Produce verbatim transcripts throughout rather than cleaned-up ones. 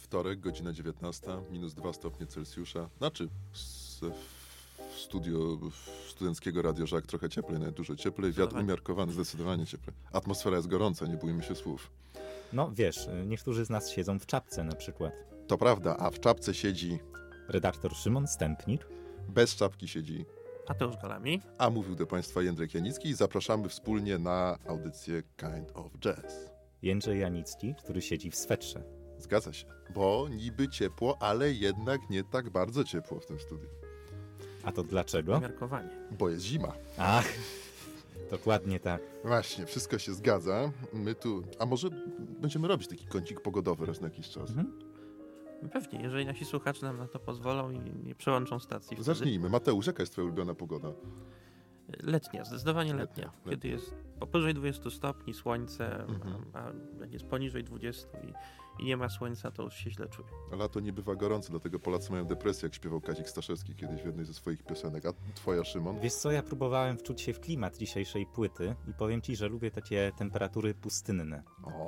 Wtorek, godzina dziewiętnasta, minus dwa stopnie Celsjusza. Znaczy, z, w studio w studenckiego Radio Żak trochę cieplej, nawet dużo cieplej. Wiatr umiarkowany, zdecydowanie cieplej. Atmosfera jest gorąca, nie bójmy się słów. No wiesz, niektórzy z nas siedzą w czapce na przykład. To prawda, a w czapce siedzi... redaktor Szymon Stępnik. Bez czapki siedzi... Mateusz Galami. A mówił do Państwa Jędrek Janicki i zapraszamy wspólnie na audycję Kind of Jazz. Jędrzej Janicki, który siedzi w swetrze. Zgadza się, bo niby ciepło, ale jednak nie tak bardzo ciepło w tym studiu. A to dlaczego? Umiarkowanie. Bo jest zima. Ach, dokładnie tak. Właśnie, wszystko się zgadza. My tu, a może będziemy robić taki kącik pogodowy raz na jakiś czas. Mhm. Pewnie, jeżeli nasi słuchacze nam na to pozwolą i nie przełączą stacji. Wtedy... Zacznijmy. Mateusz, jaka jest twoja ulubiona pogoda? Letnia, zdecydowanie letnia. letnia. Kiedy letnia. jest powyżej dwudziestu stopni, słońce, mhm. a, a jak jest poniżej dwudziestu i, i nie ma słońca, to już się źle czuję. A lato nie bywa gorące, dlatego Polacy mają depresję, jak śpiewał Kazik Staszewski kiedyś w jednej ze swoich piosenek. A twoja, Szymon? Wiesz co, ja próbowałem wczuć się w klimat dzisiejszej płyty i powiem ci, że lubię takie temperatury pustynne.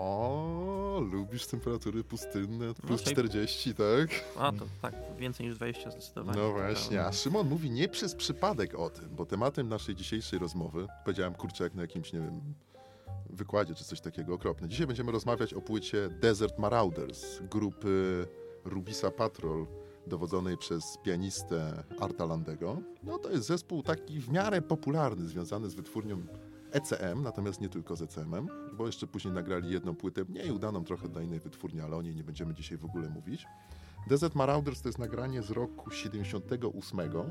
O, lubisz temperatury pustynne? Plus no, czterdzieści, tak? A to tak, więcej niż dwadzieścia zdecydowanie. No właśnie, a Szymon mówi nie przez przypadek o tym, bo tematem naszej dzisiejszej rozmowy, powiedziałem, kurczę, jak na jakimś, nie wiem, wykładzie czy coś takiego, okropne. Dzisiaj będziemy rozmawiać o płycie Desert Marauders grupy Rubisa Patrol, dowodzonej przez pianistę Arta Landego. No to jest zespół taki w miarę popularny, związany z wytwórnią E C M, natomiast nie tylko z E C M-em, bo jeszcze później nagrali jedną płytę, mniej udaną trochę dla innej wytwórni, ale o niej nie będziemy dzisiaj w ogóle mówić. Desert Marauders to jest nagranie z roku siedemdziesiątego ósmego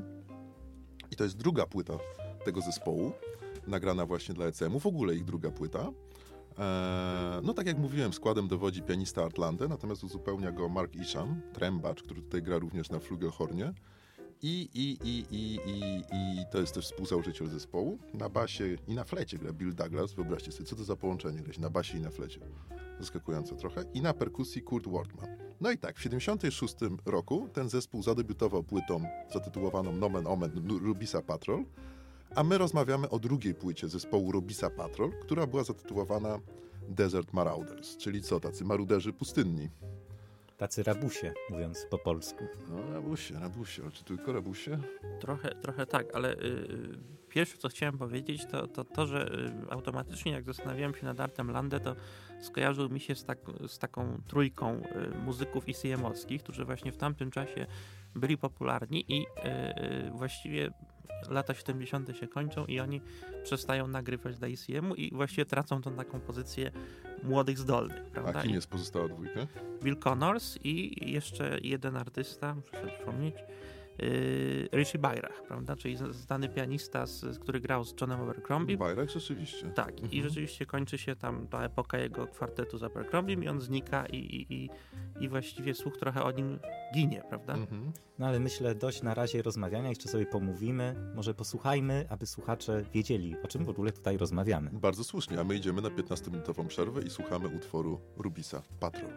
i to jest druga płyta tego zespołu, nagrana właśnie dla E C M-u, w ogóle ich druga płyta. Eee, no tak jak mówiłem, składem dowodzi pianista Art Lande, natomiast uzupełnia go Mark Isham, trębacz, który tutaj gra również na flugelhornie. I, i, i, i, i, i to jest też współzałożyciel zespołu. Na basie i na flecie gra Bill Douglas. Wyobraźcie sobie, co to za połączenie, grać na basie i na flecie. Zaskakujące trochę. I na perkusji Kurt Workman. No i tak, w siedemdziesiątym szóstym roku ten zespół zadebiutował płytą zatytułowaną Nomen Omen Rubisa Patrol, a my rozmawiamy o drugiej płycie zespołu Rubisa Patrol, która była zatytułowana Desert Marauders, czyli co, tacy maruderzy pustynni. Tacy rabusie, mówiąc po polsku. No rabusie, rabusie, ale czy tylko rabusie? Trochę, trochę tak, ale yy, pierwsze co chciałem powiedzieć to to, to że yy, automatycznie jak zastanawiałem się nad Artem Lande, to skojarzył mi się z, tak, z taką trójką yy, muzyków I C M-owskich, którzy właśnie w tamtym czasie byli popularni i yy, właściwie lata siedemdziesiąte się kończą i oni przestają nagrywać dla I C M-u i właściwie tracą tą taką pozycję młodych, zdolnych, prawda? A kim jest pozostała dwójka? Bill Connors i jeszcze jeden artysta, muszę sobie przypomnieć, yy, Richie Byrach, prawda? Czyli znany pianista, z, który grał z Johnem Abercrombie. Byrach rzeczywiście. Tak, mhm. i rzeczywiście kończy się tam ta epoka jego kwartetu z Abercrombie i on znika i, i, i, i właściwie słuch trochę o nim ginie, prawda? Mhm. No ale myślę, dość na razie rozmawiania, jeszcze sobie pomówimy, może posłuchajmy, aby słuchacze wiedzieli, o czym w ogóle tutaj rozmawiamy. Bardzo słusznie, a my idziemy na piętnastominutową przerwę i słuchamy utworu Rubisa Patrol.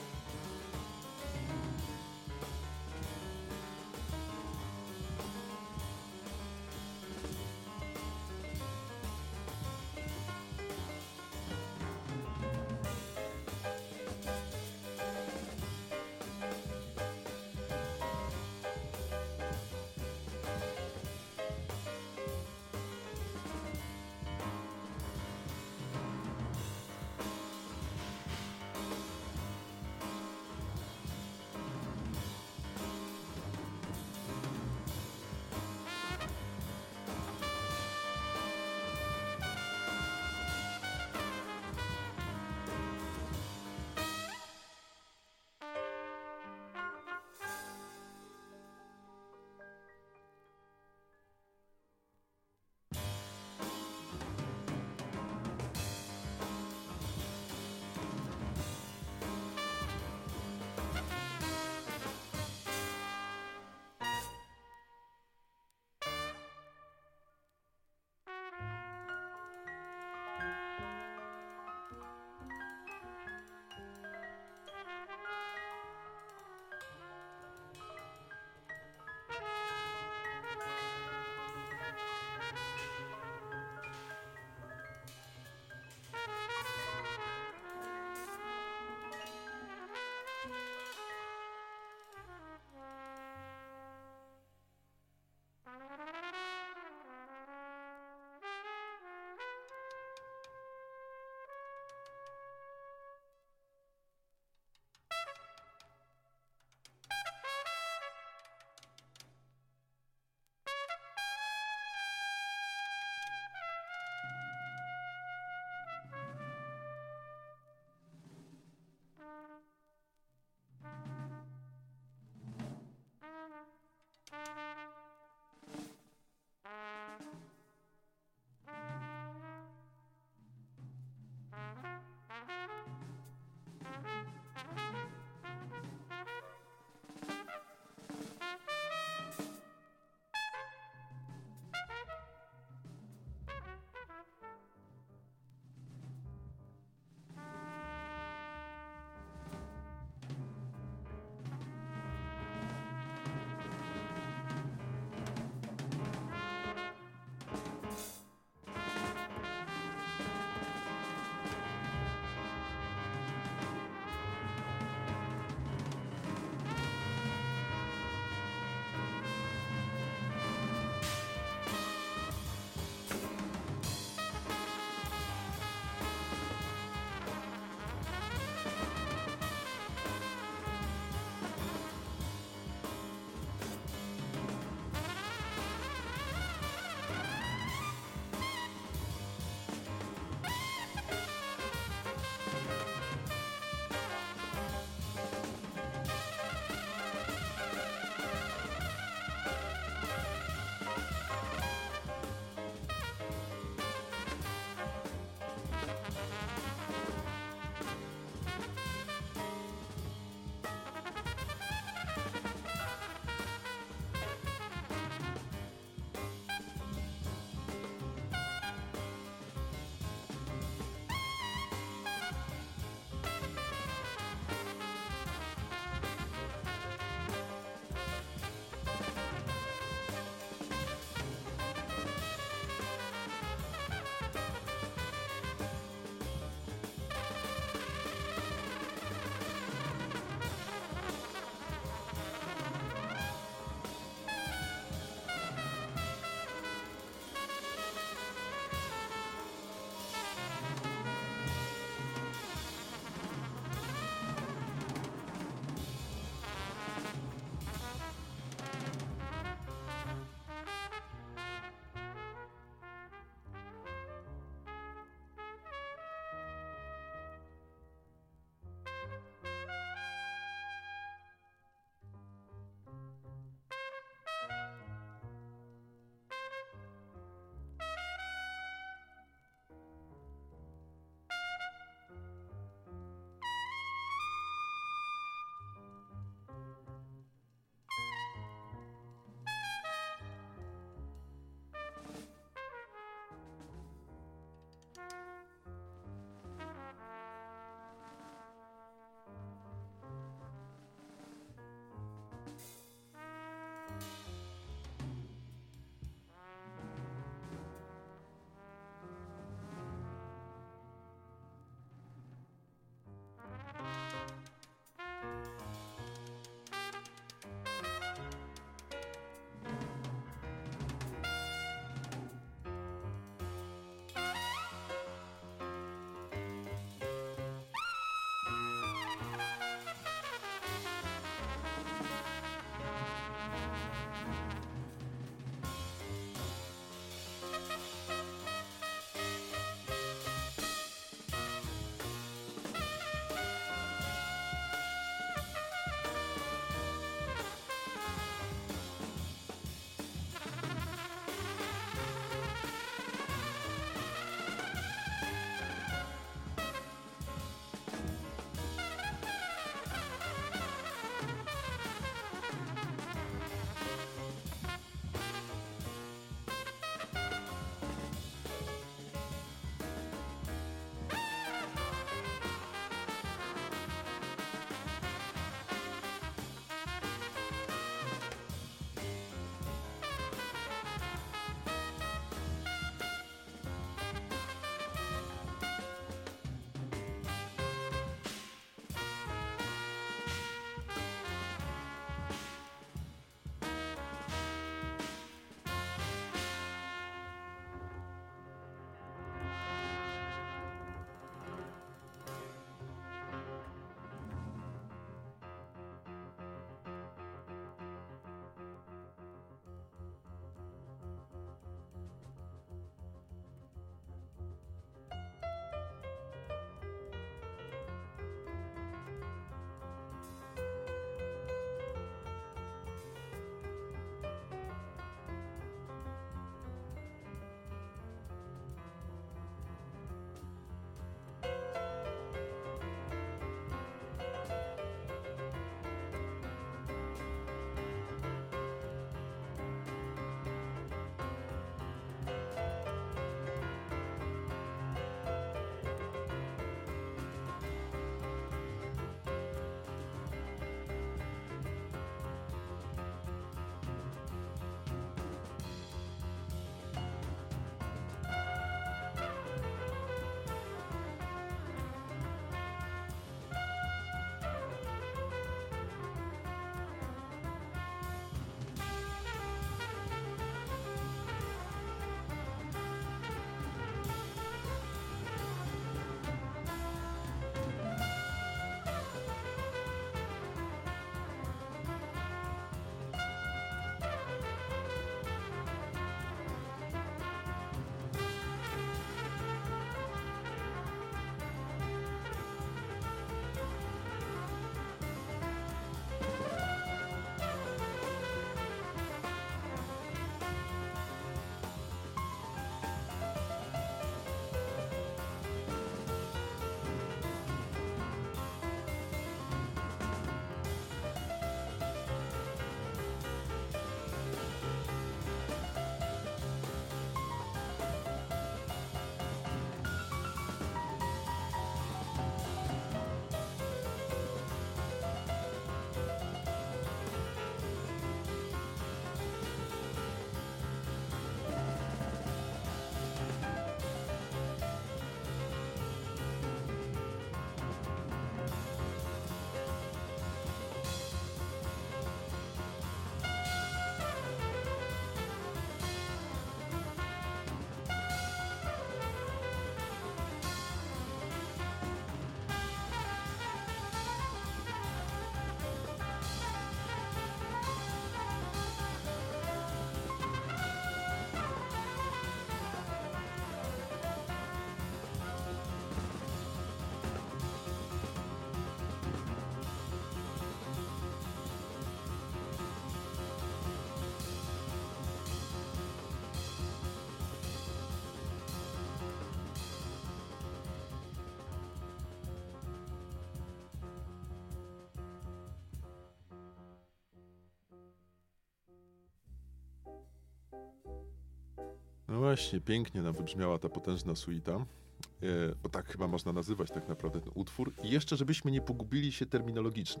No właśnie, pięknie nam wybrzmiała ta potężna suita, e, bo tak chyba można nazywać tak naprawdę ten utwór. I jeszcze, żebyśmy nie pogubili się terminologicznie.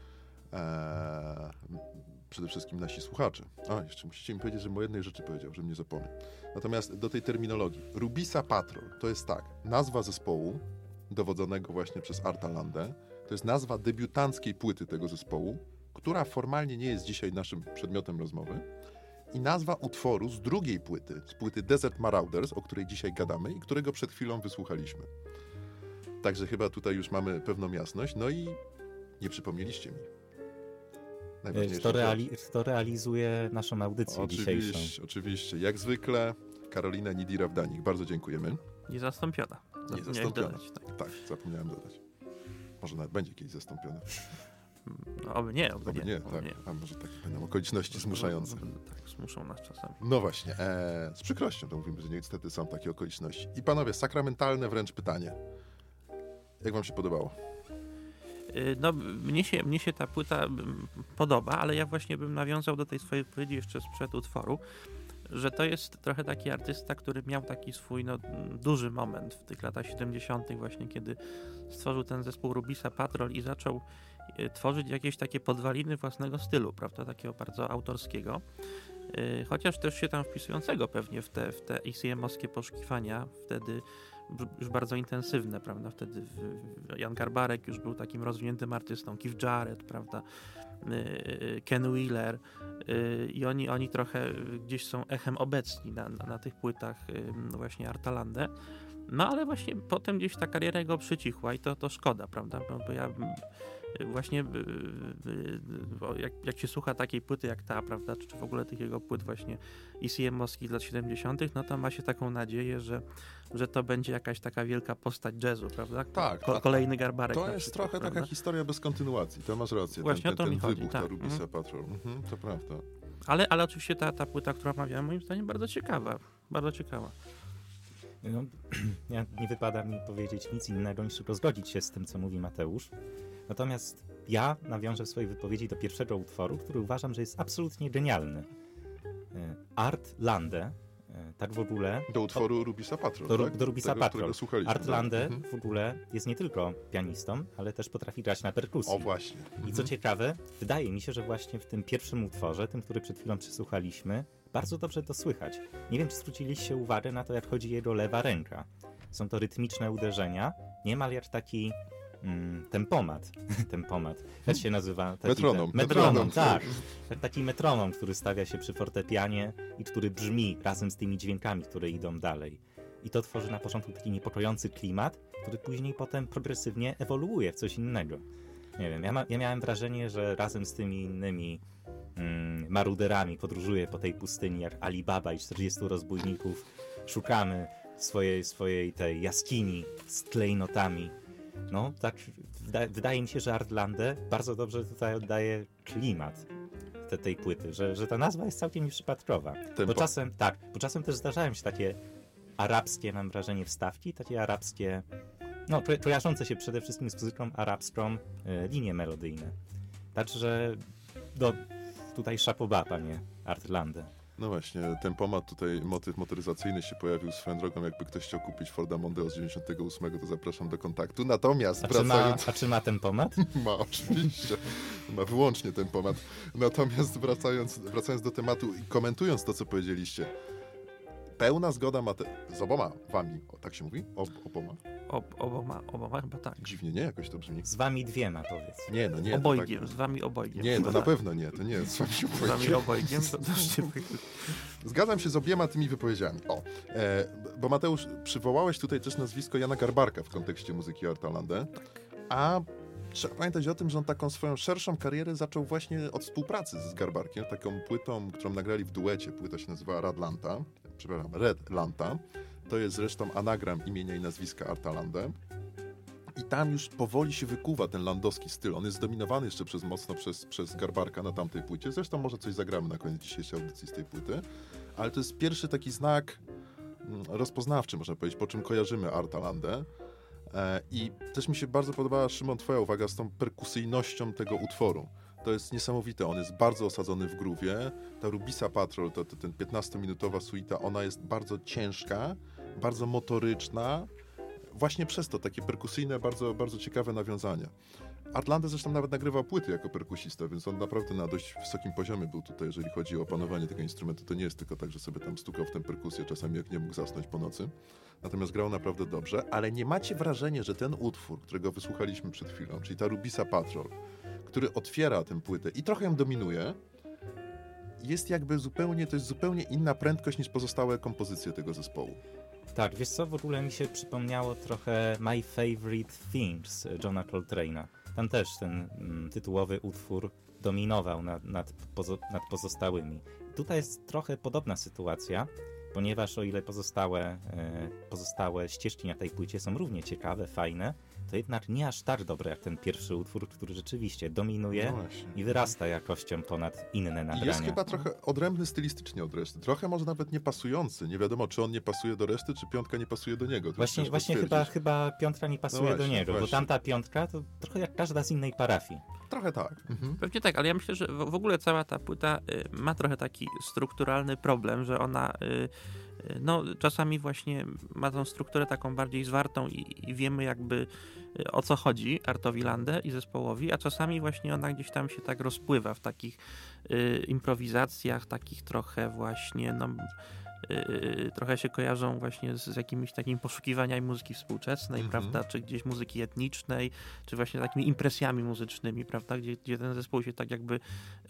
E, przede wszystkim nasi słuchacze. A, jeszcze musicie mi powiedzieć, że o jednej rzeczy powiedział, że mnie zapomniał. Natomiast do tej terminologii. Rubisa Patrol to jest tak, nazwa zespołu dowodzonego właśnie przez Arta Landę. To jest nazwa debiutanckiej płyty tego zespołu, która formalnie nie jest dzisiaj naszym przedmiotem rozmowy. I nazwa utworu z drugiej płyty, z płyty Desert Marauders, o której dzisiaj gadamy i którego przed chwilą wysłuchaliśmy. Także chyba tutaj już mamy pewną jasność. No i nie przypomnieliście mi. To, reali- to realizuje naszą audycję oczywiście, dzisiejszą. Oczywiście. Jak zwykle Karolina Nidira-Wdanik. Bardzo dziękujemy. Niezastąpiona. Niezastąpiona. Dodać, tak. tak, zapomniałem dodać. Może nawet będzie kiedyś zastąpiona. No, oby nie, oby, Oby nie. nie, Oby tak. nie. A może takie będą okoliczności zmuszające. Tak, zmuszą nas czasami. No właśnie, e, z przykrością to mówimy, że niestety są takie okoliczności. I panowie, sakramentalne wręcz pytanie. Jak wam się podobało? No, mnie się, mnie się ta płyta podoba, ale ja właśnie bym nawiązał do tej swojej wypowiedzi jeszcze sprzed utworu, że to jest trochę taki artysta, który miał taki swój no, duży moment w tych latach siedemdziesiątych właśnie, kiedy stworzył ten zespół Rubisa Patrol i zaczął tworzyć jakieś takie podwaliny własnego stylu, prawda, takiego bardzo autorskiego. Chociaż też się tam wpisującego pewnie w te, w te I C M-owskie poszukiwania, wtedy już bardzo intensywne, prawda, wtedy Jan Garbarek już był takim rozwiniętym artystą, Keith Jarrett, prawda, Ken Wheeler i oni, oni trochę gdzieś są echem obecni na, na, na tych płytach właśnie Arta Landę. No ale właśnie potem gdzieś ta kariera jego przycichła i to, to szkoda, prawda, bo, bo ja właśnie jak, jak się słucha takiej płyty jak ta, prawda, czy w ogóle tych jego płyt właśnie I C M-owskich z lat siedemdziesiątych, no to ma się taką nadzieję, że, że to będzie jakaś taka wielka postać jazzu, prawda? Tak. Ko- kolejny Garbarek. To jest przykład, trochę prawda? taka historia bez kontynuacji, to masz rację. Właśnie ten, o to ten, mi ten chodzi, wybuch, tak. ta Rubisa Mhm. Patrol. Mhm, to prawda. Ale, ale oczywiście ta, ta płyta, którą omawiałem, moim zdaniem bardzo ciekawa. Bardzo ciekawa. No, ja, nie wypada mi powiedzieć nic innego niż tylko zgodzić się z tym, co mówi Mateusz. Natomiast ja nawiążę w swojej wypowiedzi do pierwszego utworu, który uważam, że jest absolutnie genialny. Art Lande, tak w ogóle... Do utworu Rubisa Patrol, do, tak? do Rubisa Tego, Patrol. Art tak? Lande mhm. w ogóle jest nie tylko pianistą, ale też potrafi grać na perkusji. O właśnie. I co ciekawe, wydaje mi się, że właśnie w tym pierwszym utworze, tym, który przed chwilą przysłuchaliśmy, bardzo dobrze to słychać. Nie wiem, czy zwróciliście uwagę na to, jak chodzi jego lewa ręka. Są to rytmiczne uderzenia, niemal jak taki mm, tempomat. tempomat. Jak się nazywa? Taki, metronom. Ten, metronom, metronom, tak. Jak taki metronom, który stawia się przy fortepianie i który brzmi razem z tymi dźwiękami, które idą dalej. I to tworzy na początku taki niepokojący klimat, który później potem progresywnie ewoluuje w coś innego. Nie wiem, ja, ma, ja miałem wrażenie, że razem z tymi innymi mm, maruderami podróżuję po tej pustyni jak Alibaba i czterdziestu rozbójników. Szukamy swojej, swojej tej jaskini z klejnotami. No, tak wyda, wydaje mi się, że Art Lande bardzo dobrze tutaj oddaje klimat te, tej płyty, że, że ta nazwa jest całkiem nieprzypadkowa. Bo czasem, tak, bo czasem też zdarzają się takie arabskie, mam wrażenie, wstawki, takie arabskie, no, kojarzące się przede wszystkim z muzyką arabską y, linie melodyjne. Także do, tutaj szapoba, panie Art Lande. No właśnie, tempomat tutaj, motyw motoryzacyjny się pojawił swoją drogą. Jakby ktoś chciał kupić Forda Mondeo z dziewięćdziesiątego ósmego, to zapraszam do kontaktu. Natomiast a wracając... Czy ma, a czy ma tempomat? Ma, oczywiście. Ma wyłącznie tempomat. Natomiast wracając, wracając do tematu i komentując to, co powiedzieliście, pełna zgoda Mate... z oboma wami, o, tak się mówi? Ob, oboma? Ob, oboma, oboma chyba tak. Dziwnie, nie? Jakoś to brzmi. Z wami dwiema, powiedz. Nie, no nie. Obojgiem, tak... z wami obojgiem. Nie, no tak. na pewno nie, to nie jest z wami obojgiem. Z wami obojgiem, to też nie... Zgadzam się z obiema tymi wypowiedziami. O, e, bo Mateusz, przywołałeś tutaj też nazwisko Jana Garbarka w kontekście muzyki Arta Landę, a trzeba pamiętać o tym, że on taką swoją szerszą karierę zaczął właśnie od współpracy z Garbarkiem, taką płytą, którą nagrali w duecie. Płyta się nazywa Radlanta, przepraszam, Red Lanta. To jest zresztą anagram imienia i nazwiska Arta Landę. I tam już powoli się wykuwa ten landowski styl. On jest zdominowany jeszcze przez mocno przez, przez Garbarka na tamtej płycie. Zresztą może coś zagramy na koniec dzisiejszej audycji z tej płyty. Ale to jest pierwszy taki znak rozpoznawczy, można powiedzieć, po czym kojarzymy Arta Landę. E, I też mi się bardzo podobała, Szymon, twoja uwaga z tą perkusyjnością tego utworu. to jest niesamowite. On jest bardzo osadzony w groove'ie. Ta Rubisa Patrol, to, to ten piętnastominutowa suita, ona jest bardzo ciężka, bardzo motoryczna. Właśnie przez to takie perkusyjne, bardzo, bardzo ciekawe nawiązania. Art Lande zresztą nawet nagrywał płyty jako perkusista, więc on naprawdę na dość wysokim poziomie był tutaj, jeżeli chodzi o opanowanie tego instrumentu. To nie jest tylko tak, że sobie tam stukał w tę perkusję, czasami jak nie mógł zasnąć po nocy. Natomiast grał naprawdę dobrze, ale nie macie wrażenia, że ten utwór, którego wysłuchaliśmy przed chwilą, czyli ta Rubisa Patrol, który otwiera tę płytę i trochę ją dominuje, jest jakby zupełnie, to jest zupełnie inna prędkość niż pozostałe kompozycje tego zespołu. Tak, wiesz co, w ogóle mi się przypomniało trochę My Favorite Things Johna Coltrane'a. Tam też ten mm, tytułowy utwór dominował nad, nad, pozo, nad pozostałymi. Tutaj jest trochę podobna sytuacja, ponieważ o ile pozostałe, e, pozostałe ścieżki na tej płycie są równie ciekawe, fajne, to jednak nie aż tak dobre jak ten pierwszy utwór, który rzeczywiście dominuje No i wyrasta jakością ponad inne I nagrania. jest chyba trochę odrębny stylistycznie od reszty. Trochę może nawet nie pasujący. Nie wiadomo, czy on nie pasuje do reszty, czy piątka nie pasuje do niego. To Właśnie, ciężko właśnie chyba, stwierdzić. chyba piątka nie pasuje No do właśnie, niego, bo właśnie. tamta piątka to trochę jak każda z innej parafii. Trochę tak. Mhm. Pewnie tak, ale ja myślę, że w w ogóle cała ta płyta y, ma trochę taki strukturalny problem, że ona y, y, no, czasami właśnie ma tą strukturę taką bardziej zwartą i, i wiemy jakby y, o co chodzi Artowi Lande i zespołowi, a czasami właśnie ona gdzieś tam się tak rozpływa w takich y, improwizacjach, takich trochę właśnie no, y, trochę się kojarzą właśnie z, z jakimiś takimi poszukiwaniami muzyki współczesnej, Mhm. prawda, czy gdzieś muzyki etnicznej, czy właśnie takimi impresjami muzycznymi, prawda, gdzie, gdzie ten zespół się tak jakby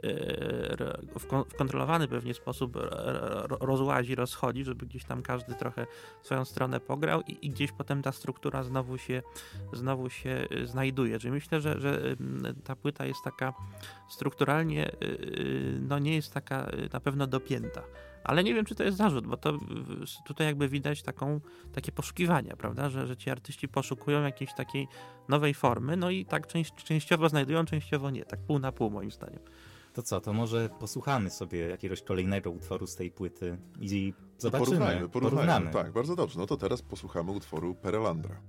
e, w, kon, w kontrolowany pewnie sposób e, ro, rozłazi, rozchodzi, żeby gdzieś tam każdy trochę swoją stronę pograł i, i gdzieś potem ta struktura znowu się, znowu się e, znajduje. Czyli myślę, że, że m, ta płyta jest taka strukturalnie, e, no nie jest taka e, na pewno dopięta. Ale nie wiem, czy to jest zarzut, bo to w- tutaj jakby widać taką, takie poszukiwania, prawda, że, że ci artyści poszukują jakiejś takiej nowej formy, no i tak część, częściowo znajdują, częściowo nie, tak pół na pół moim zdaniem. To co, to może posłuchamy sobie jakiegoś kolejnego utworu z tej płyty i No zobaczymy, porównajmy, porównajmy. porównamy. Tak, bardzo dobrze. No to teraz posłuchamy utworu Perelandra.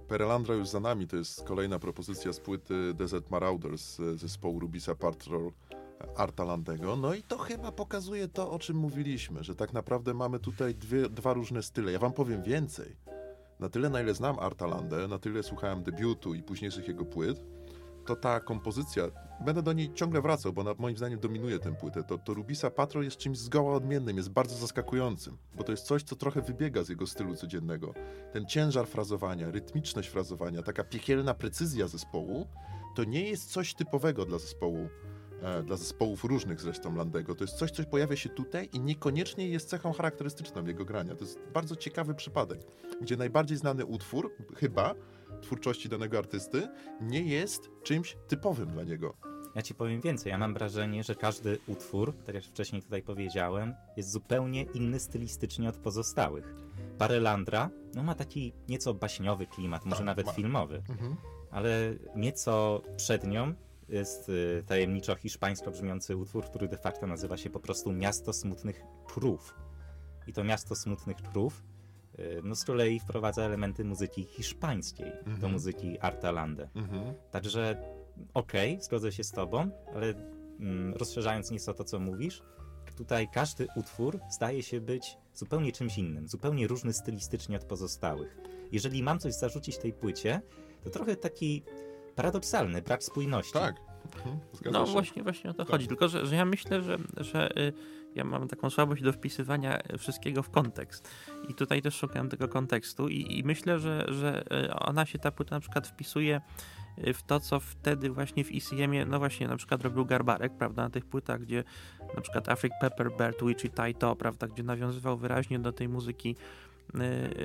Perelandra już za nami, to jest kolejna propozycja z płyty Desert Marauders z zespołu Rubisa Patrol Arta Landego. No i to chyba pokazuje to, o czym mówiliśmy, że tak naprawdę mamy tutaj dwie, dwa różne style. Ja wam powiem więcej. Na tyle, na ile znam Arta Landę, na tyle słuchałem debiutu i późniejszych jego płyt, to ta kompozycja, będę do niej ciągle wracał, bo na, moim zdaniem dominuje tę płytę, to, to Rubisa Patrol jest czymś zgoła odmiennym, jest bardzo zaskakującym, bo to jest coś, co trochę wybiega z jego stylu codziennego. Ten ciężar frazowania, rytmiczność frazowania, taka piekielna precyzja zespołu, to nie jest coś typowego dla zespołu, e, dla zespołów różnych zresztą Landego. To jest coś, co pojawia się tutaj i niekoniecznie jest cechą charakterystyczną jego grania. To jest bardzo ciekawy przypadek, gdzie najbardziej znany utwór, chyba, twórczości danego artysty, nie jest czymś typowym dla niego. Ja ci powiem więcej, ja mam wrażenie, że każdy utwór, tak jak wcześniej tutaj powiedziałem, jest zupełnie inny stylistycznie od pozostałych. Parelandra no, ma taki nieco baśniowy klimat, może tak, nawet ma. filmowy, Mhm. ale nieco przed nią jest y, tajemniczo hiszpańsko brzmiący utwór, który de facto nazywa się po prostu Miasto Smutnych Krów. I to Miasto Smutnych Krów y, no z kolei wprowadza elementy muzyki hiszpańskiej Mhm. do muzyki Arta Lande. Mhm. Także okej, okay, zgodzę się z tobą, ale mm, rozszerzając nieco to, co mówisz, tutaj każdy utwór zdaje się być zupełnie czymś innym, zupełnie różny stylistycznie od pozostałych. Jeżeli mam coś zarzucić tej płycie, to trochę taki paradoksalny brak spójności. Tak. Mhm. Zgadza No się. właśnie, właśnie o to Tak. chodzi. Tylko, że, że ja myślę, że, że y, ja mam taką słabość do wpisywania wszystkiego w kontekst. I tutaj też szukałem tego kontekstu i, i myślę, że, że y, ona się, ta płyta na przykład wpisuje w to, co wtedy właśnie w E C M-ie, no właśnie na przykład robił Garbarek, prawda, na tych płytach, gdzie na przykład Afric Pepper Bird, Wichita i to, prawda, gdzie nawiązywał wyraźnie do tej muzyki y,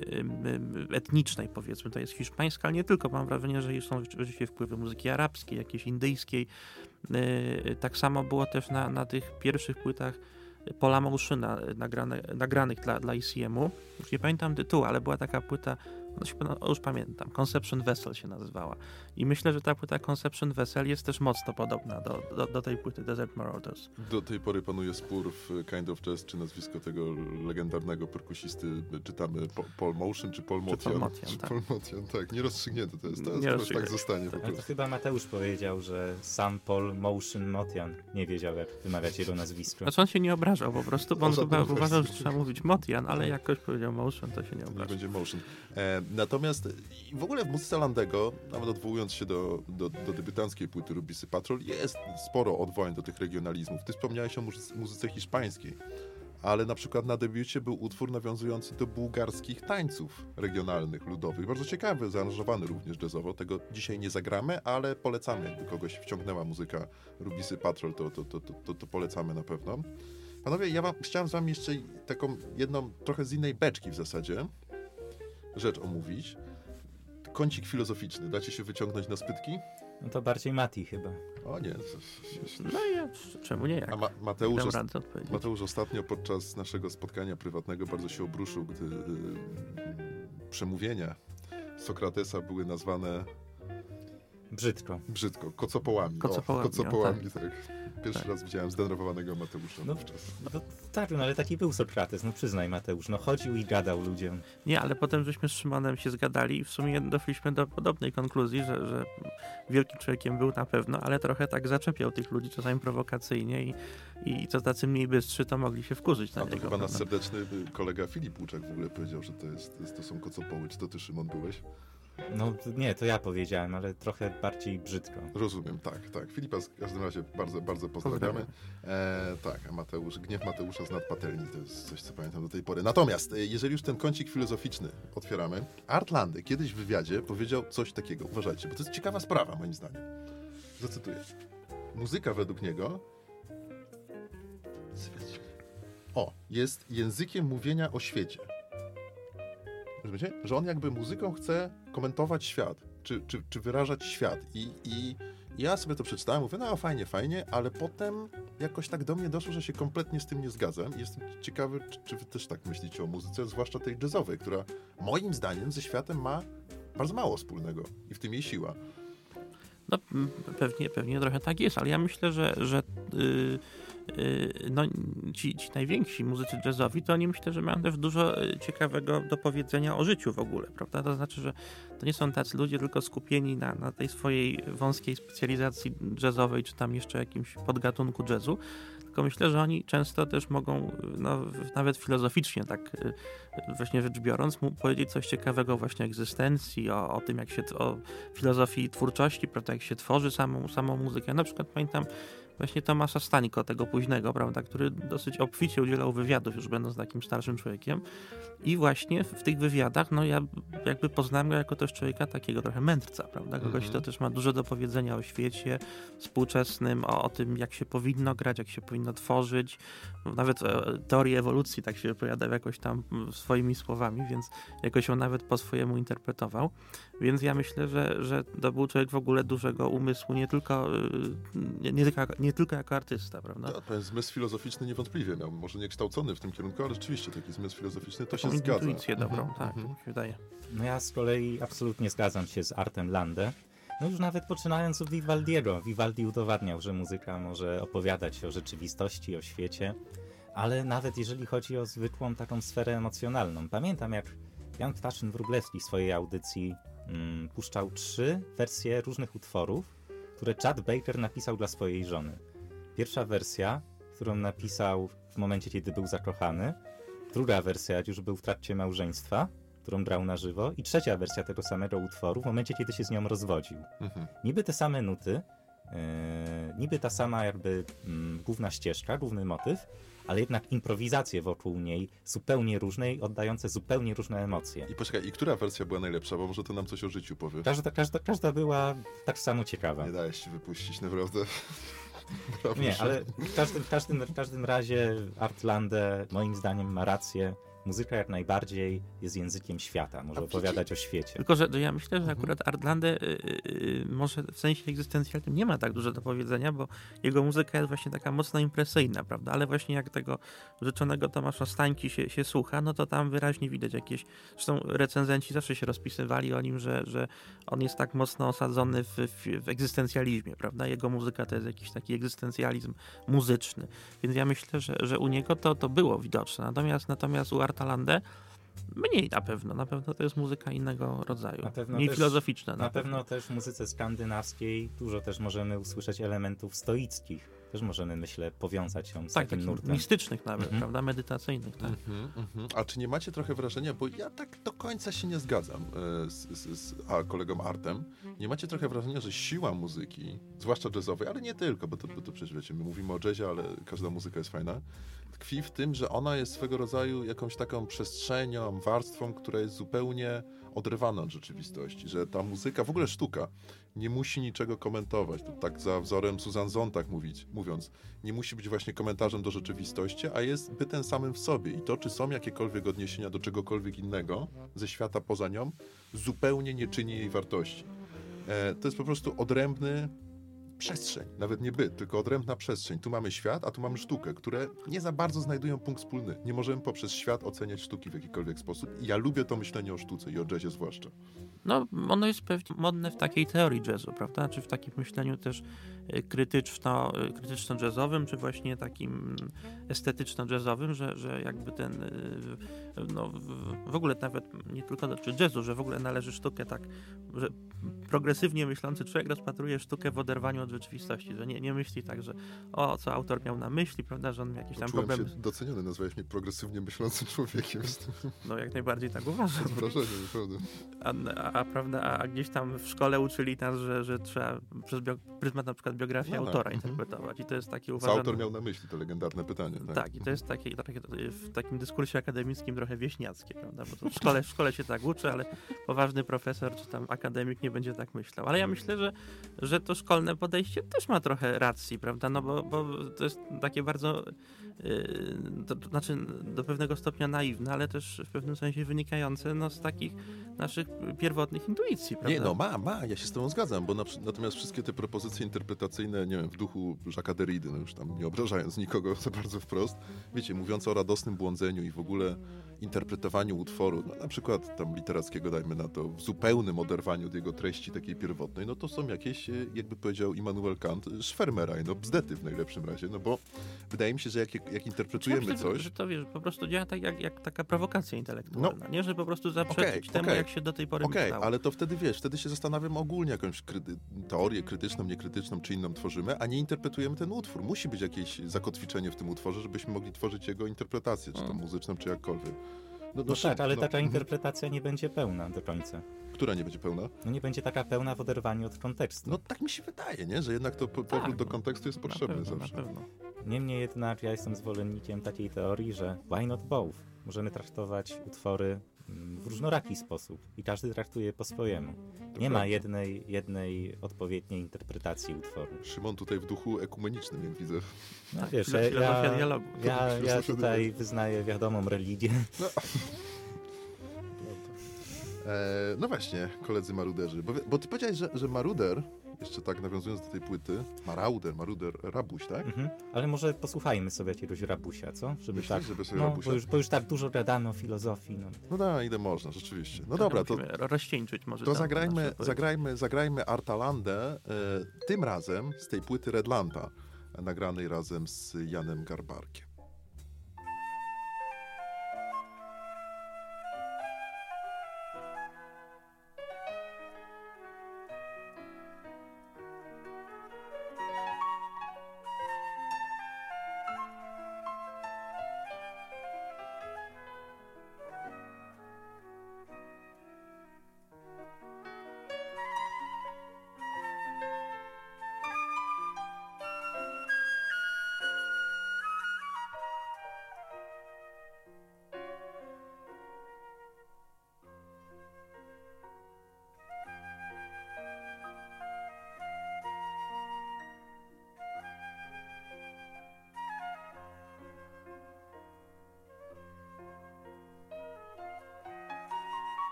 y, etnicznej, powiedzmy, to jest hiszpańska, ale nie tylko, mam wrażenie, że są rzeczywiście wpływy muzyki arabskiej, jakiejś indyjskiej. Y, tak samo było też na, na tych pierwszych płytach Paula Motiona nagrane, nagranych dla, dla E C M-u. Już nie pamiętam tytułu, ale była taka płyta, no już pamiętam, Conception Vessel się nazywała. I myślę, że ta płyta Conception Vessel jest też mocno podobna do, do, do tej płyty Desert Marauders. Do tej pory panuje spór w Kind of Jazz, czy nazwisko tego legendarnego perkusisty czytamy po, Paul Motion, czy Paul Motion. Paul Motion, czy tak. Paul Motion, tak. Nie rozstrzygnięte to jest. To Nie jest tak rozstrzygnięte. zostanie po Ale to prostu. chyba Mateusz powiedział, że sam Paul Motion Motian nie wiedział, jak wymawiać jego nazwisko. Znaczy on się nie obrażał po prostu, bo on Poza chyba tym uważał, że wersji. trzeba mówić Motian, ale jak ktoś powiedział Motion, to się nie To nie obrażał. będzie Motion. E, natomiast i w ogóle w muzyce Landego, nawet odwołując się do, do, do debiutanckiej płyty Rubisy Patrol, jest sporo odwołań do tych regionalizmów. Ty wspomniałeś o muzy- muzyce hiszpańskiej, ale na przykład na debiucie był utwór nawiązujący do bułgarskich tańców regionalnych, ludowych. Bardzo ciekawy, zaaranżowany również jazzowo. Tego dzisiaj nie zagramy, ale polecamy. Jakby kogoś wciągnęła muzyka Rubisy Patrol, to, to, to, to, to polecamy na pewno. Panowie, ja wam, chciałem z wami jeszcze taką jedną, trochę z innej beczki w zasadzie, rzecz omówić. Kącik filozoficzny. Dacie się wyciągnąć na spytki? No to bardziej Mati chyba. O nie. No i ja, czemu nie jak? A Ma- Mateusz, Dam os- radę odpowiedzieć. Mateusz ostatnio podczas naszego spotkania prywatnego bardzo się obruszył, gdy y, przemówienia Sokratesa były nazwane Brzydko. brzydko, kocopołami. Kocopołami, O, kocopołami, tak. Pierwszy Tak. raz widziałem zdenerwowanego Mateusza No. wówczas. No to, tak, no ale taki był Sokrates, no przyznaj Mateusz, no chodził i gadał ludziom. Nie, ale potem żeśmy z Szymonem się zgadali i w sumie doszliśmy do podobnej konkluzji, że, że wielkim człowiekiem był na pewno, ale trochę tak zaczepiał tych ludzi czasami prowokacyjnie i, i co tacy mniej bystrzy, to mogli się wkurzyć na A to niego. chyba nasz prawda? serdeczny y, kolega Filip Łuczak w ogóle powiedział, że to, jest, to, jest, to są kocopoły. Czy to ty, Szymon, byłeś? No to nie, to ja powiedziałem, ale trochę bardziej brzydko. Rozumiem, tak, tak. Filipa w każdym razie bardzo, bardzo pozdrawiamy. E, tak, a Mateusz, gniew Mateusza z nad patelni, to jest coś, co pamiętam do tej pory. Natomiast, e, jeżeli już ten kącik filozoficzny otwieramy, Art Landy kiedyś w wywiadzie powiedział coś takiego, uważajcie, bo to jest ciekawa sprawa, moim zdaniem. Zacytuję. Muzyka według niego o, jest językiem mówienia o świecie. Rozumiecie? Że on jakby muzyką chce komentować świat, czy, czy, czy wyrażać świat. I, i ja sobie to przeczytałem, mówię, no fajnie, fajnie, ale potem jakoś tak do mnie doszło, że się kompletnie z tym nie zgadzam. I jestem ciekawy, czy, czy wy też tak myślicie o muzyce, zwłaszcza tej jazzowej, która moim zdaniem ze światem ma bardzo mało wspólnego i w tym jej siła. No m, pewnie, pewnie trochę tak jest, ale ja myślę, że, że yy, no, ci, ci najwięksi muzycy jazzowi, to oni myślę, że mają też dużo ciekawego do powiedzenia o życiu w ogóle, prawda? To znaczy, że to nie są tacy ludzie tylko skupieni na, na tej swojej wąskiej specjalizacji jazzowej, czy tam jeszcze jakimś podgatunku jazzu, tylko myślę, że oni często też mogą, no, nawet filozoficznie tak właśnie rzecz biorąc, mu powiedzieć coś ciekawego właśnie o egzystencji, o, o tym, jak się, o filozofii twórczości, prawda, jak się tworzy samą, samą muzykę. Na przykład pamiętam właśnie Tomasza Stańko, tego późnego, prawda, który dosyć obficie udzielał wywiadów, już będąc takim starszym człowiekiem. I właśnie w tych wywiadach, no ja jakby poznałem go jako też człowieka takiego trochę mędrca, prawda, kogoś, mm-hmm. kto też ma dużo do powiedzenia o świecie współczesnym, o, o tym, jak się powinno grać, jak się powinno tworzyć. Nawet e, teorii ewolucji tak się wypowiadał jakoś tam swoimi słowami, więc jakoś on nawet po swojemu interpretował. Więc ja myślę, że, że to był człowiek w ogóle dużego umysłu, nie tylko, nie, nie tylko, nie tylko jako artysta, prawda? No, ten zmysł filozoficzny niewątpliwie miał, może nie kształcony w tym kierunku, ale rzeczywiście taki zmysł filozoficzny to się zgadza. Intuicję dobrą, mhm. tak, mhm. mi się wydaje. No ja z kolei absolutnie zgadzam się z Artem Lande. No już nawet poczynając od Vivaldiego. Vivaldi udowadniał, że muzyka może opowiadać o rzeczywistości, o świecie, ale nawet jeżeli chodzi o zwykłą taką sferę emocjonalną. Pamiętam, jak Jan Ptaszyn-Wróblewski w swojej audycji mm, puszczał trzy wersje różnych utworów, które Chad Baker napisał dla swojej żony. Pierwsza wersja, którą napisał w momencie, kiedy był zakochany. Druga wersja, jak już był w trakcie małżeństwa, którą grał na żywo. I trzecia wersja tego samego utworu w momencie, kiedy się z nią rozwodził. Mhm. Niby te same nuty, yy, niby ta sama jakby yy, główna ścieżka, główny motyw, ale jednak improwizacje wokół niej zupełnie różne i oddające zupełnie różne emocje. I poczekaj, i która wersja była najlepsza? Bo może to nam coś o życiu powie. Każda, każda, każda była tak samo ciekawa. Nie dajesz się wypuścić, naprawdę. Brawo, nie, ale w każdym, w, każdym, w każdym razie Art Lande moim zdaniem ma rację. Muzyka jak najbardziej jest językiem świata, może opowiadać o świecie. Tylko, że ja myślę, że akurat Art Lande y, y, może w sensie egzystencjalnym nie ma tak dużo do powiedzenia, bo jego muzyka jest właśnie taka mocno impresyjna, prawda? Ale właśnie jak tego rzeczonego Tomasza Stańki się, się słucha, no to tam wyraźnie widać jakieś... Zresztą recenzenci zawsze się rozpisywali o nim, że, że on jest tak mocno osadzony w, w, w egzystencjalizmie, prawda? Jego muzyka to jest jakiś taki egzystencjalizm muzyczny. Więc ja myślę, że, że u niego to, to było widoczne. Natomiast, natomiast u Arta Lande mniej na pewno. Na pewno to jest muzyka innego rodzaju. Na pewno mniej też, filozoficzna. Na, na pewno. pewno też w muzyce skandynawskiej dużo też możemy usłyszeć elementów stoickich. Też możemy, myślę, powiązać ją z tak, takim nurtem. Mistycznych nawet, mm-hmm. prawda? Medytacyjnych. Tak. Mm-hmm, mm-hmm. A czy nie macie trochę wrażenia, bo ja tak do końca się nie zgadzam e, z, z, z a, kolegą Artem, nie macie trochę wrażenia, że siła muzyki, zwłaszcza jazzowej, ale nie tylko, bo to, bo to przecież wiecie, my mówimy o jazzie, ale każda muzyka jest fajna, tkwi w tym, że ona jest swego rodzaju jakąś taką przestrzenią, warstwą, która jest zupełnie oderwana od rzeczywistości, że ta muzyka, w ogóle sztuka, nie musi niczego komentować. To tak za wzorem Susan Sontag mówić, mówiąc, nie musi być właśnie komentarzem do rzeczywistości, a jest bytem samym w sobie. I to, czy są jakiekolwiek odniesienia do czegokolwiek innego ze świata poza nią, zupełnie nie czyni jej wartości. E, to jest po prostu odrębny przestrzeń, nawet nie byt, tylko odrębna przestrzeń. Tu mamy świat, a tu mamy sztukę, które nie za bardzo znajdują punkt wspólny. Nie możemy poprzez świat oceniać sztuki w jakikolwiek sposób. I ja lubię to myślenie o sztuce i o jazzie zwłaszcza. No, ono jest pewnie modne w takiej teorii jazzu, prawda? Czy w takim myśleniu też krytyczno, krytyczno-jazzowym, czy właśnie takim estetyczno-jazzowym, że, że jakby ten, no w ogóle nawet nie tylko dotyczy jazzu, że w ogóle należy sztukę tak, że progresywnie myślący człowiek rozpatruje sztukę w oderwaniu od rzeczywistości, że nie, nie myśli tak, że o, co autor miał na myśli, prawda, że on miał jakieś tam Czułem problemy. się doceniony, nazwałeś mnie progresywnie myślącym człowiekiem. No jak najbardziej tak uważam. To wrażenie, naprawdę. A, a, a, prawda, a gdzieś tam w szkole uczyli nas, że, że trzeba przez bio, pryzmat na przykład biografii no, autora tak. interpretować i to jest takie uważane... Co autor miał na myśli, to legendarne pytanie. Tak, tak i to jest takie, takie w takim dyskursie akademickim trochę wieśniackie, prawda, bo to w szkole, w szkole się tak uczy, ale poważny profesor czy tam akademik nie będzie tak myślał. Ale ja myślę, że, że to szkolne podejście też ma trochę racji, prawda, no bo, bo to jest takie bardzo yy, to, to znaczy do pewnego stopnia naiwne, ale też w pewnym sensie wynikające no, z takich naszych pierwotnych intuicji, prawda? Nie, no ma, ma, ja się z tobą zgadzam, bo na, natomiast wszystkie te propozycje interpretacyjne, nie wiem, w duchu Jacques'a Derrida, no już tam nie obrażając nikogo za bardzo wprost, wiecie, mówiące o radosnym błądzeniu i w ogóle interpretowaniu utworu, no, na przykład tam literackiego, dajmy na to, w zupełnym oderwaniu od jego treści takiej pierwotnej, no to są jakieś, jakby powiedział Immanuel Kant, szwermeraj, no bzdety w najlepszym razie, no bo wydaje mi się, że jak, jak interpretujemy ja myślę, coś... że to wiesz, po prostu działa tak jak, jak taka prowokacja intelektualna, no, nie? Że po prostu zaprzeczyć okay, temu, okay. jak się do tej pory Okej, myślało. ale to wtedy wiesz, wtedy się zastanawiam ogólnie jakąś kryty- teorię krytyczną, niekrytyczną czy inną tworzymy, a nie interpretujemy ten utwór. Musi być jakieś zakotwiczenie w tym utworze, żebyśmy mogli tworzyć jego interpretację, czy to Mm. muzyczną, czy jakkolwiek. No, no, tak, ale no, taka mhm. interpretacja nie będzie pełna do końca. Która nie będzie pełna? No nie będzie taka pełna w oderwaniu od kontekstu. No tak mi się wydaje, nie? Że jednak to po- Tak, powrót do no, kontekstu jest potrzebny na pewno, zawsze. Na pewno. Niemniej jednak ja jestem zwolennikiem takiej teorii, że why not both? Możemy traktować utwory mm, w różnoraki sposób i każdy traktuje po swojemu. To Nie ma prawda. jednej, jednej odpowiedniej interpretacji utworu. Szymon tutaj w duchu ekumenicznym, jak widzę. No Tak, wiesz, filo- ja, filozofia ja, dialogu. ja, ja Filozofia tutaj dialogu. wyznaję wiadomą religię. E, no właśnie, koledzy maruderzy. Bo, bo ty powiedziałeś, że, że maruder, jeszcze tak nawiązując do tej płyty, marauder, maruder, rabuś, tak? Mhm. Ale może posłuchajmy sobie jakiegoś rabusia, co? Żeby Myślisz, tak, żeby sobie no, rabusia? bo już, bo już tak dużo gadano o filozofii. No. No da, ile można, rzeczywiście. No Tak, dobra, to, musimy rozcieńczyć może to tam zagrajmy, nasze zagrajmy, zagrajmy Artalandę, e, tym razem z tej płyty Redlanda, nagranej razem z Janem Garbarkiem.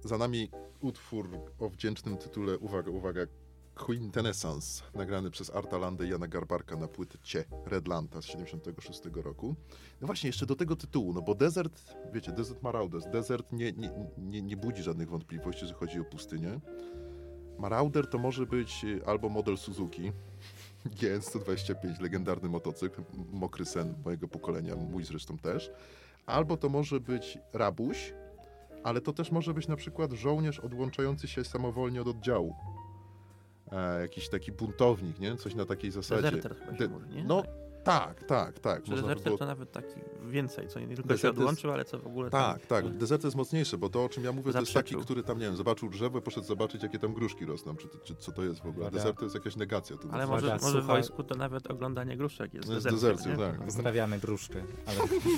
za nami utwór o wdzięcznym tytule, uwaga, uwaga, Quintessence, nagrany przez Arta Landę i Jana Garbarka na płycie Redlanta z siedemdziesiątego szóstego roku. No właśnie, jeszcze do tego tytułu, no bo Desert, wiecie, Desert Marauders, Desert nie, nie, nie, nie budzi żadnych wątpliwości, że chodzi o pustynię. Marauder to może być albo model Suzuki, G N sto dwadzieścia pięć, legendarny motocykl, mokry sen mojego pokolenia, mój zresztą też, albo to może być rabuś, ale to też może być na przykład żołnierz odłączający się samowolnie od oddziału. E, jakiś taki buntownik, nie? Coś na takiej zasadzie. Deserter chyba się De- mówi, nie? No tak, tak, tak. Czy Można by deserter było... to nawet taki więcej, co nie tylko Deserter się jest- odłączył, ale co w ogóle Tak, tam... tak. Dezert jest mocniejszy, bo to, o czym ja mówię, to jest taki, Zaprzeczył. który tam, nie wiem, zobaczył drzewo i poszedł zobaczyć, jakie tam gruszki rosną, czy, czy co to jest w ogóle. Uwaga. Dezert to jest jakaś negacja. Tu Ale Uwaga, może, może w słucha- wojsku to nawet oglądanie gruszek jest No jest dezercją, dezercją, nie? tak. Pozdrawiamy Gruszkę, ale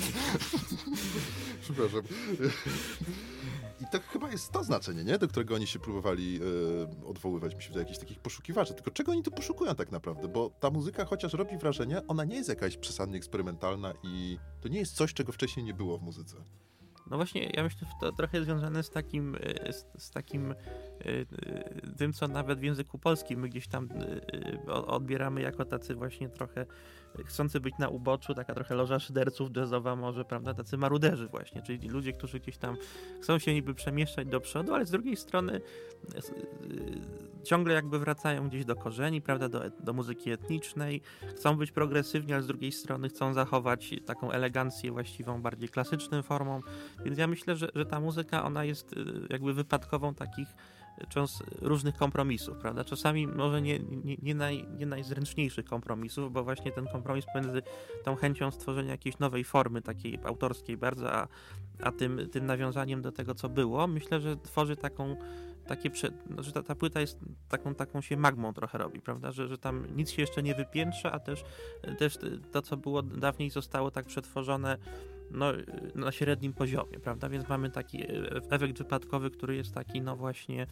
Przepraszam. I to chyba jest to znaczenie, nie? Do którego oni się próbowali e, odwoływać, mi się wydaje, jakichś takich poszukiwaczy. Tylko czego oni tu poszukują tak naprawdę? Bo ta muzyka, chociaż robi wrażenie, ona nie jest jakaś przesadnie eksperymentalna i to nie jest coś, czego wcześniej nie było w muzyce. No właśnie, ja myślę, że to trochę związane z takim, y, z, z takim y, y, tym, co nawet w języku polskim my gdzieś tam y, y, odbieramy jako tacy właśnie trochę chcący być na uboczu, taka trochę loża szyderców jazzowa może, prawda, tacy maruderzy właśnie, czyli ludzie, którzy gdzieś tam chcą się niby przemieszczać do przodu, ale z drugiej strony y, y, ciągle jakby wracają gdzieś do korzeni, prawda, do, do muzyki etnicznej, chcą być progresywni, ale z drugiej strony chcą zachować taką elegancję właściwą, bardziej klasycznym formą. Więc ja myślę, że, że ta muzyka, ona jest y, jakby wypadkową takich cząst różnych kompromisów, prawda? Czasami może nie, nie, nie, naj, nie najzręczniejszych kompromisów, bo właśnie ten kompromis pomiędzy tą chęcią stworzenia jakiejś nowej formy, takiej autorskiej bardzo, a, a tym, tym nawiązaniem do tego, co było, myślę, że tworzy taką takie, prze, że ta, ta płyta jest taką, taką się magmą trochę robi, prawda, że, że tam nic się jeszcze nie wypiętrza, a też, też to, co było dawniej, zostało tak przetworzone no, na średnim poziomie, prawda, więc mamy taki efekt wypadkowy, który jest taki, no właśnie,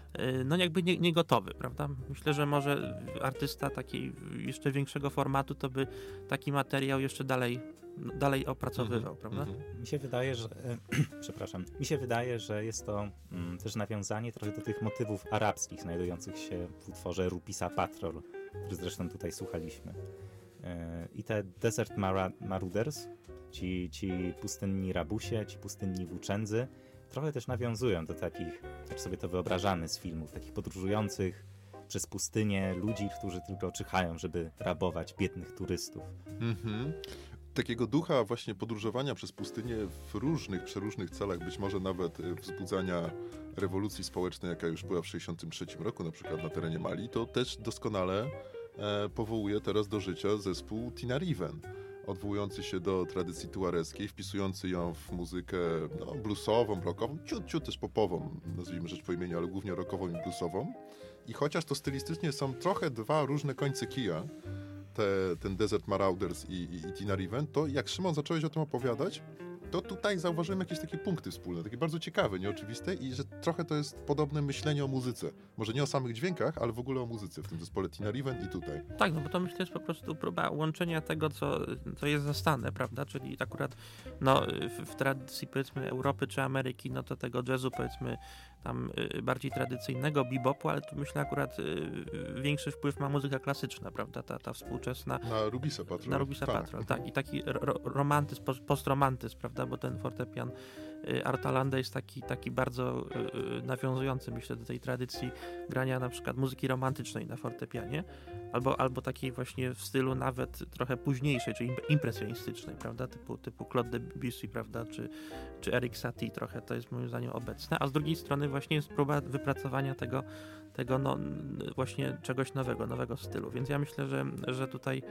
no jakby nie, nie gotowy, prawda. Myślę, że może artysta takiej jeszcze większego formatu to by taki materiał jeszcze dalej dalej opracowywał, Mhm, prawda? mhm. mi się wydaje, że przepraszam, mi się wydaje, że jest to mm, też nawiązanie trochę do tych motywów arabskich znajdujących się w utworze Rupisa Patrol, który zresztą tutaj słuchaliśmy. Yy, I te Desert Mara- Marauders, ci, ci pustynni rabusie, ci pustynni włóczędzy, trochę też nawiązują do takich, jak sobie to wyobrażamy z filmów, takich podróżujących przez pustynię ludzi, którzy tylko czyhają, żeby rabować biednych turystów. Mhm. Takiego ducha właśnie podróżowania przez pustynię w różnych, przeróżnych celach, być może nawet y, wzbudzania rewolucji społecznej, jaka już była w sześćdziesiątym trzecim roku, na przykład na terenie Mali, to też doskonale e, powołuje teraz do życia zespół Tinariwen, odwołujący się do tradycji tuareskiej, wpisujący ją w muzykę no, bluesową, rockową, ciut, ciut też popową, nazwijmy rzecz po imieniu, ale głównie rockową i bluesową. I chociaż to stylistycznie są trochę dwa różne końce kija, te, ten Desert Marauders i, i, i Tinariwen, to jak Szymon zacząłeś o tym opowiadać, to tutaj zauważyłem jakieś takie punkty wspólne, takie bardzo ciekawe, nieoczywiste i że trochę to jest podobne myślenie o muzyce. Może nie o samych dźwiękach, ale w ogóle o muzyce w tym zespole Tinariwen i tutaj. Tak, no bo to myślę jest po prostu próba łączenia tego, co, co jest zastane, prawda, czyli akurat no, w, w tradycji powiedzmy Europy czy Ameryki, no to tego jazzu powiedzmy tam y, bardziej tradycyjnego, bebopu, ale tu myślę akurat y, większy wpływ ma muzyka klasyczna, prawda, ta, ta współczesna. Na Rubisa Patrol. Na Rubisa tak. Patrol, tak. I taki ro, romantyzm, post- postromantyzm, prawda, bo ten fortepian y, Arta Landa jest taki, taki bardzo y, nawiązujący, myślę, do tej tradycji grania na przykład muzyki romantycznej na fortepianie, albo, albo takiej właśnie w stylu nawet trochę późniejszej, czyli impresjonistycznej, prawda, typu, typu Claude Debussy, prawda, czy, czy Eric Satie, trochę to jest moim zdaniem obecne, a z drugiej strony właśnie jest próba wypracowania tego, tego no, właśnie czegoś nowego, nowego stylu, więc ja myślę, że, że tutaj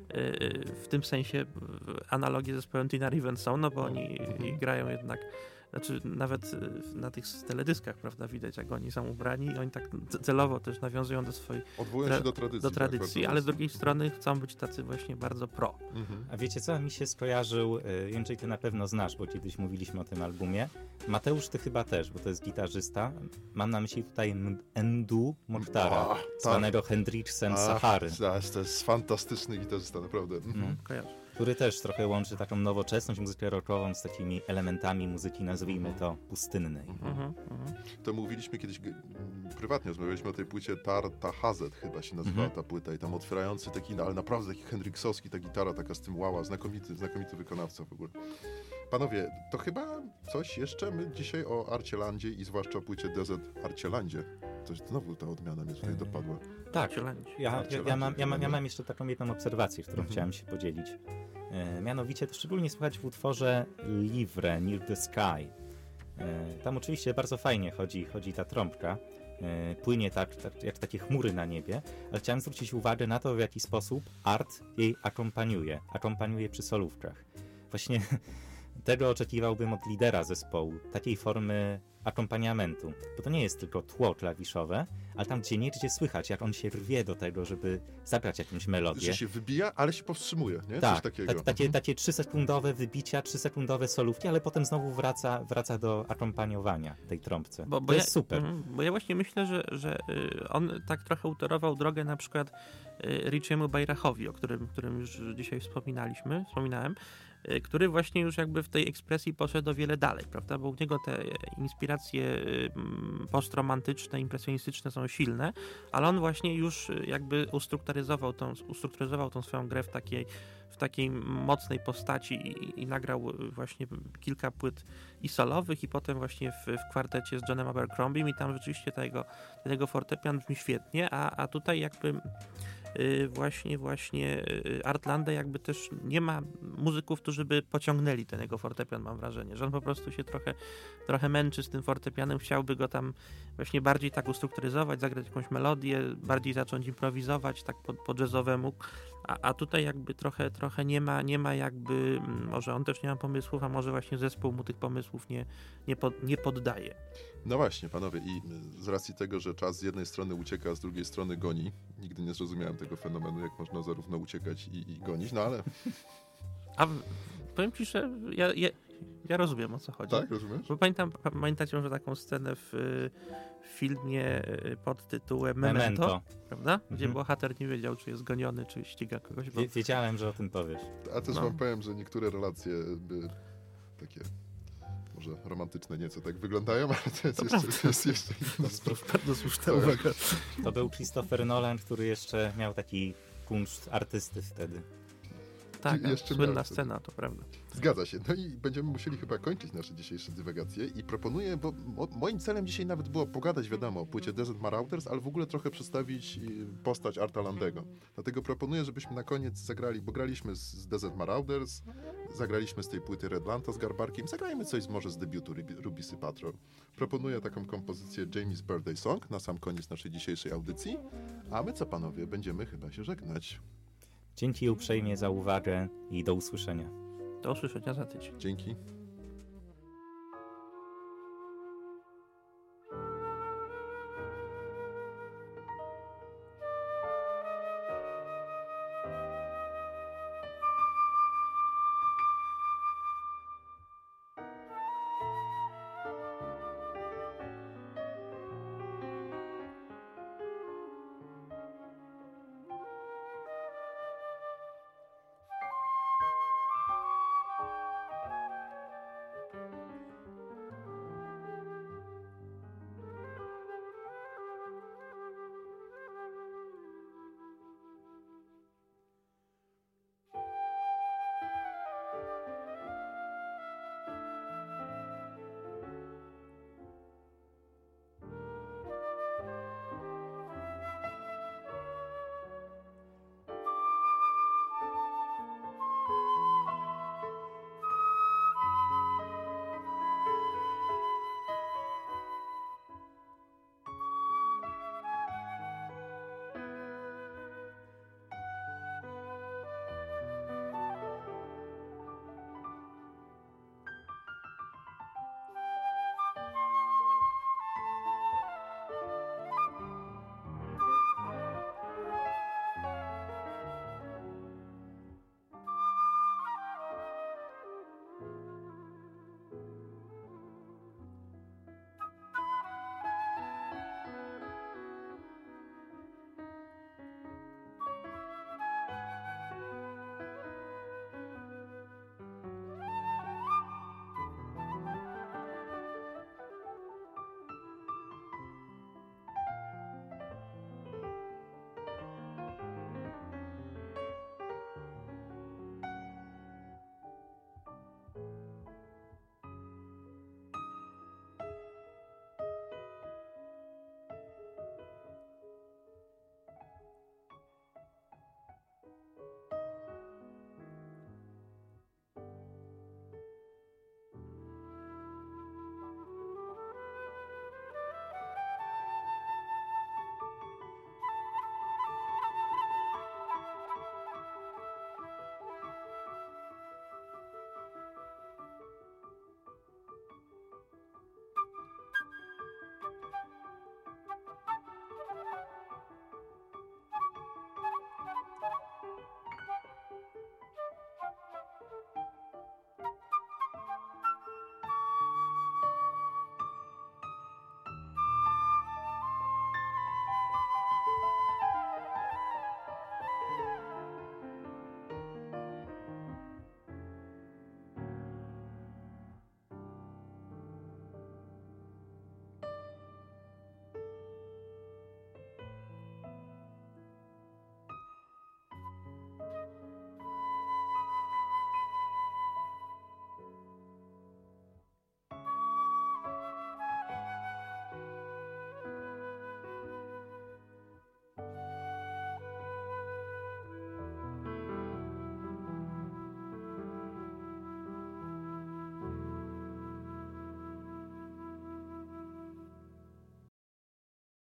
yy, w tym sensie yy, analogie z zespołem Tinariwen są, no bo oni yy, grają jednak, znaczy nawet yy, na tych teledyskach, prawda, widać jak oni są ubrani i oni tak celowo też nawiązują do swojej Odwołują tra- się do tradycji. do tak, tradycji, bardzo ale z mocno. drugiej strony chcą być tacy właśnie bardzo pro. Mhm. A wiecie co? Mi się skojarzył, y, Jędrzej, ty na pewno znasz, bo kiedyś mówiliśmy o tym albumie. Mateusz, ty chyba też, bo to jest gitarzysta. Mam na myśli tutaj M- Ndu Mokhtara, A, tak. zwanego Hendrixem A, Sahary. zaś, to jest fantastyczny gitarzysta, naprawdę. Mhm. Mhm. Kojarzę. który też trochę łączy taką nowoczesność, muzykę rockową z takimi elementami muzyki, nazwijmy to, pustynnej. Mhm, mhm. To mówiliśmy kiedyś, g- m, prywatnie rozmawialiśmy o tej płycie Tarta Hazet chyba się nazywała Mhm. ta płyta i tam otwierający taki, ale naprawdę taki Hendriksowski, ta gitara taka z tym wała, znakomity, znakomity wykonawca w ogóle. Panowie, to chyba coś jeszcze? My dzisiaj o Arcielandzie i zwłaszcza o płycie Desert Arcielandzie. To znowu ta odmiana mnie tutaj Eee. dopadła. Tak, Arcielandzie. ja, ja, Arcielandzie, ja, mam, ja, mam, ja no. mam jeszcze taką jedną obserwację, którą Mhm. chciałem się podzielić. E, mianowicie to szczególnie słychać w utworze Livre, Near the Sky. E, tam oczywiście bardzo fajnie chodzi, chodzi ta trąbka. E, płynie tak, tak jak takie chmury na niebie, ale chciałem zwrócić uwagę na to, w jaki sposób Art jej akompaniuje. Akompaniuje przy solówkach. Właśnie tego oczekiwałbym od lidera zespołu, takiej formy akompaniamentu, bo to nie jest tylko tło klawiszowe, ale tam gdzie niegdzie słychać, jak on się rwie do tego, żeby zagrać jakąś melodię. Że się wybija, ale się powstrzymuje, nie? Coś Tak, takiego. tak, takie, takie trzysekundowe wybicia, trzysekundowe solówki, ale potem znowu wraca, wraca do akompaniowania tej trąbce. Bo, bo to ja, jest super. mhm, Bo ja właśnie myślę, że, że y, on tak trochę utorował drogę na przykład y, Richiemu Bajrachowi, o którym, którym już dzisiaj wspominaliśmy, wspominałem, y, który właśnie już jakby w tej ekspresji poszedł o wiele dalej, prawda? Bo u niego te inspiracje y, mm, postromantyczne, impresjonistyczne są silne, ale on właśnie już y, jakby ustrukturyzował tą, ustrukturyzował tą swoją grę w takiej, w takiej mocnej postaci i, i nagrał y, właśnie kilka płyt i solowych, i potem właśnie w, w kwartecie z Johnem Abercrombie i tam rzeczywiście ten jego, ten jego fortepian brzmi świetnie, a, a tutaj jakby y, właśnie właśnie y, Artlanda jakby też nie ma muzyków, którzy by pociągnęli ten jego fortepian, mam wrażenie, że on po prostu się trochę, trochę męczy z tym fortepianem, chciałby go tam właśnie bardziej tak ustrukturyzować, zagrać jakąś melodię, bardziej zacząć improwizować tak po, po jazzowemu, a, a tutaj jakby trochę, trochę nie ma, nie ma jakby, mm, może on też nie ma pomysłów, a może właśnie zespół mu tych pomysłów nie, nie, pod, nie poddaje. No właśnie, panowie, i z racji tego, że czas z jednej strony ucieka, a z drugiej strony goni, nigdy nie zrozumiałem tego fenomenu, jak można zarówno uciekać i, i gonić, no ale... A w- powiem ci, że ja, ja, ja rozumiem, o co chodzi. Tak, rozumiesz? Bo pamiętam, pamiętacie może taką scenę w, y, w filmie y, pod tytułem Memento, Memento. prawda? Gdzie Mhm. bohater nie wiedział, czy jest goniony, czy ściga kogoś. Bo... Wie- Wiedziałem, że o tym powiesz. A też No. wam powiem, że niektóre relacje by takie może romantyczne nieco tak wyglądają, ale to jest, To jeszcze, prawda. to jest jeszcze inna sprawa. Bardzo słuszna Tak. uwaga. To był Christopher Nolan, który jeszcze miał taki kunszt artysty wtedy. Tak, Jeszcze słynna miałem scena, to prawda. Zgadza się. No i będziemy musieli chyba kończyć nasze dzisiejsze dywagacje i proponuję, bo mo- moim celem dzisiaj nawet było pogadać, wiadomo, o płycie Desert Marauders, ale w ogóle trochę przedstawić y, postać Arta Landego. Dlatego proponuję, żebyśmy na koniec zagrali, bo graliśmy z, z Desert Marauders, zagraliśmy z tej płyty Redlanta z Garbarkiem, zagrajmy coś z, może z debiutu Ruby, Rubisy Patrol. Proponuję taką kompozycję Jamie's Birthday Song na sam koniec naszej dzisiejszej audycji, a my co, panowie, będziemy chyba się żegnać. Dzięki uprzejmie za uwagę i do usłyszenia. Do usłyszenia za tydzień. Dzięki.